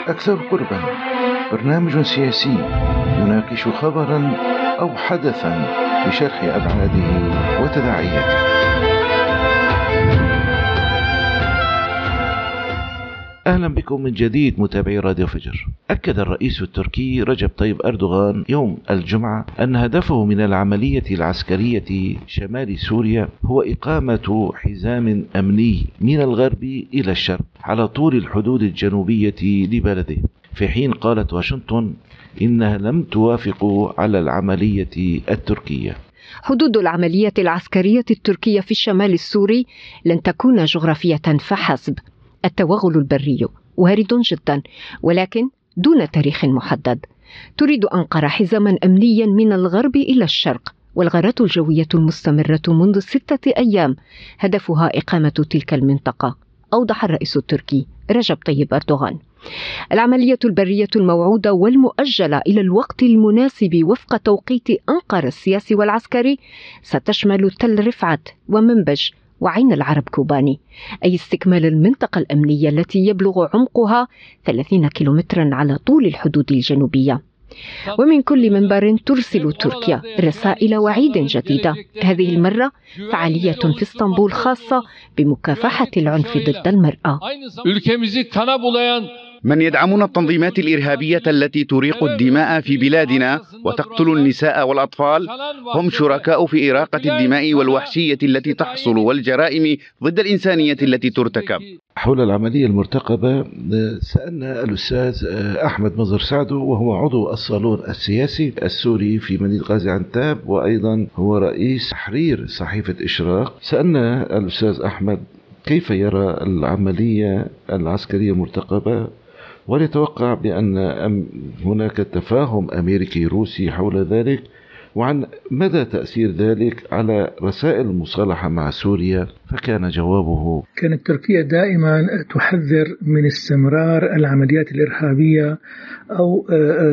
أكثر قربا، برنامج سياسي يناقش خبرا أو حدثا بشرح أبعاده وتداعياته. أهلا بكم من جديد متابعي راديو فجر. أكد الرئيس التركي رجب طيب أردوغان يوم الجمعة أن هدفه من العملية العسكرية شمال سوريا هو إقامة حزام أمني من الغرب إلى الشرق على طول الحدود الجنوبية لبلده، في حين قالت واشنطن إنها لم توافق على العملية التركية. حدود العملية العسكرية التركية في الشمال السوري لن تكون جغرافية فحسب. التوغل البري وارد جدا، ولكن دون تاريخ محدد. تريد أنقرة حزاما أمنيا من الغرب إلى الشرق، والغارة الجوية المستمرة منذ 6 أيام هدفها إقامة تلك المنطقة، أوضح الرئيس التركي رجب طيب أردوغان. العملية البرية الموعودة والمؤجلة إلى الوقت المناسب وفق توقيت أنقرة السياسي والعسكري ستشمل تل رفعت ومنبج وعين العرب كوباني، أي استكمال المنطقة الأمنية التي يبلغ عمقها 30 كيلومترا على طول الحدود الجنوبية. ومن كل منبر ترسل تركيا رسائل وعيد جديدة، هذه المرة فعالية في اسطنبول خاصة بمكافحة العنف ضد المرأة. من يدعمون التنظيمات الإرهابية التي تريق الدماء في بلادنا وتقتل النساء والأطفال هم شركاء في إراقة الدماء والوحشية التي تحصل والجرائم ضد الإنسانية التي ترتكب. حول العملية المرتقبة سألنا الأستاذ أحمد مظهر سعدو، وهو عضو الصالون السياسي السوري في مدينة غازي عنتاب، وأيضا هو رئيس تحرير صحيفة إشراق. سألنا الأستاذ أحمد كيف يرى العملية العسكرية المرتقبة، وليتوقع بأن هناك تفاهم أمريكي روسي حول ذلك، وعن مدى تأثير ذلك على رسائل المصالحة مع سوريا. فكان جوابه: كانت تركيا دائما تحذر من استمرار العمليات الإرهابية أو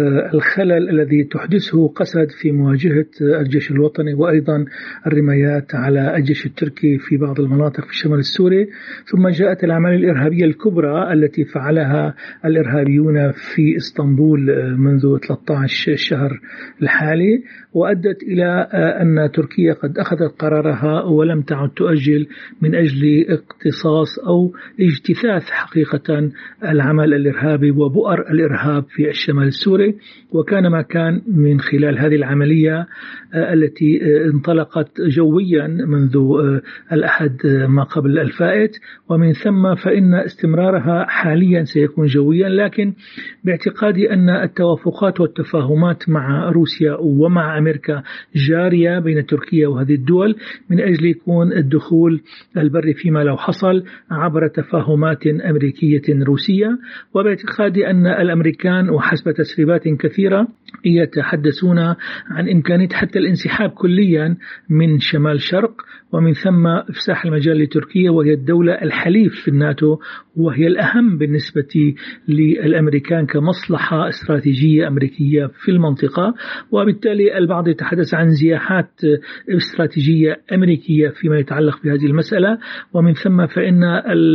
الخلل الذي تحدثه قسد في مواجهة الجيش الوطني، وأيضا الرمايات على الجيش التركي في بعض المناطق في الشمال السوري. ثم جاءت العملية الإرهابية الكبرى التي فعلها الإرهابيون في اسطنبول منذ 13 شهر الحالي، وأدت إلى أن تركيا قد أخذت قرارها ولم تعد تؤجل من أجل اقتصاص أو اجتثاث حقيقة العمل الإرهابي وبؤر الإرهاب في الشمال السوري. وكان ما كان من خلال هذه العملية التي انطلقت جويا منذ الأحد ما قبل الفائت، ومن ثم فإن استمرارها حاليا سيكون جويا، لكن باعتقادي أن التوافقات والتفاهمات مع روسيا ومع أمريكا جارية بين تركيا وهذه الدول من أجل يكون الدخول البري فيما لو حصل عبر تفاهمات أمريكية روسية. وباعتقادي أن الأمريكان وحسب تسريبات كثيرة يتحدثون عن إمكانية حتى الانسحاب كليا من شمال شرق، ومن ثم إفساح المجال لتركيا، وهي الدولة الحليف في الناتو، وهي الأهم بالنسبة للأمريكان كمصلحة استراتيجية أمريكية في المنطقة. وبالتالي البعض يتحدث عن زياحات استراتيجية أمريكية فيما يتعلق بهذه المسألة، ومن ثم فإن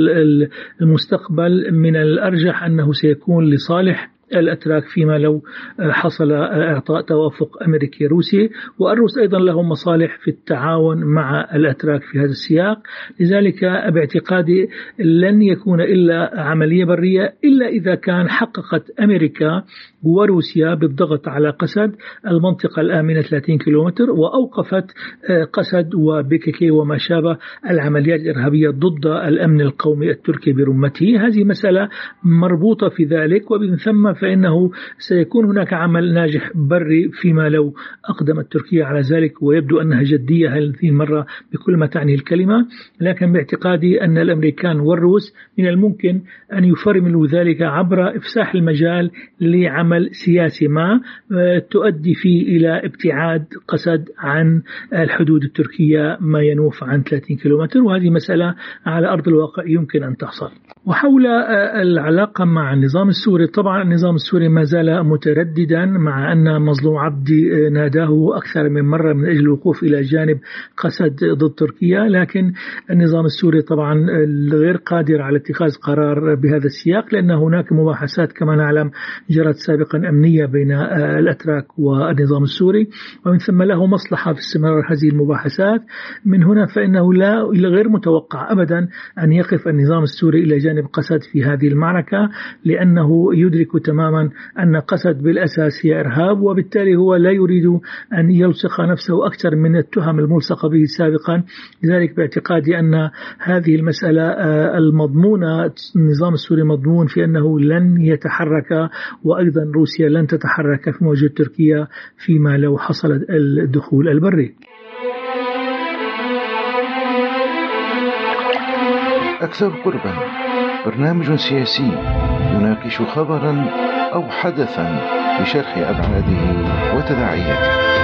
المستقبل من الأرجح أنه سيكون لصالح الأتراك فيما لو حصل إعطاء توافق أمريكي روسي، والروس أيضا لهم مصالح في التعاون مع الأتراك في هذا السياق. لذلك باعتقادي لن يكون إلا عملية برية إلا إذا كان حققت أمريكا وروسيا بالضغط على قسد المنطقة الآمنة 30 كيلومتر، وأوقفت قسد وبككي وما شابه العمليات الإرهابية ضد الأمن القومي التركي برمته. هذه مسألة مربوطة في ذلك، ومن ثم فإنه سيكون هناك عمل ناجح بري فيما لو أقدمت تركيا على ذلك، ويبدو أنها جدية هذه المرة بكل ما تعني الكلمة. لكن باعتقادي أن الأمريكان والروس من الممكن أن يفرملوا ذلك عبر إفساح المجال لعمل سياسي ما تؤدي فيه إلى ابتعاد قسد عن الحدود التركية ما ينوف عن 30 كيلومتر، وهذه مسألة على أرض الواقع يمكن أن تحصل. وحول العلاقة مع النظام السوري، طبعا النظام النظام السوري ما زال مترددا، مع أن مظلوم عبدي ناداه أكثر من مرة من أجل الوقوف إلى جانب قسد ضد تركيا، لكن النظام السوري طبعا غير قادر على اتخاذ قرار بهذا السياق، لأن هناك مباحثات كما نعلم جرت سابقا أمنية بين الأتراك والنظام السوري، ومن ثم له مصلحة في استمرار هذه المباحثات. من هنا فإنه غير متوقع أبدا أن يقف النظام السوري إلى جانب قسد في هذه المعركة، لأنه يدرك تماما أن قسد بالأساس هي إرهاب، وبالتالي هو لا يريد أن يلصق نفسه أكثر من التهم الملصقة به سابقا. لذلك باعتقادي أن هذه المسألة المضمونة، النظام السوري مضمون في أنه لن يتحرك، وأيضا روسيا لن تتحرك في مواجهة تركيا فيما لو حصل الدخول البري. أكثر قربا، برنامج سياسي يناقش خبرا أو حدثا بشرح أبعاده وتداعياته.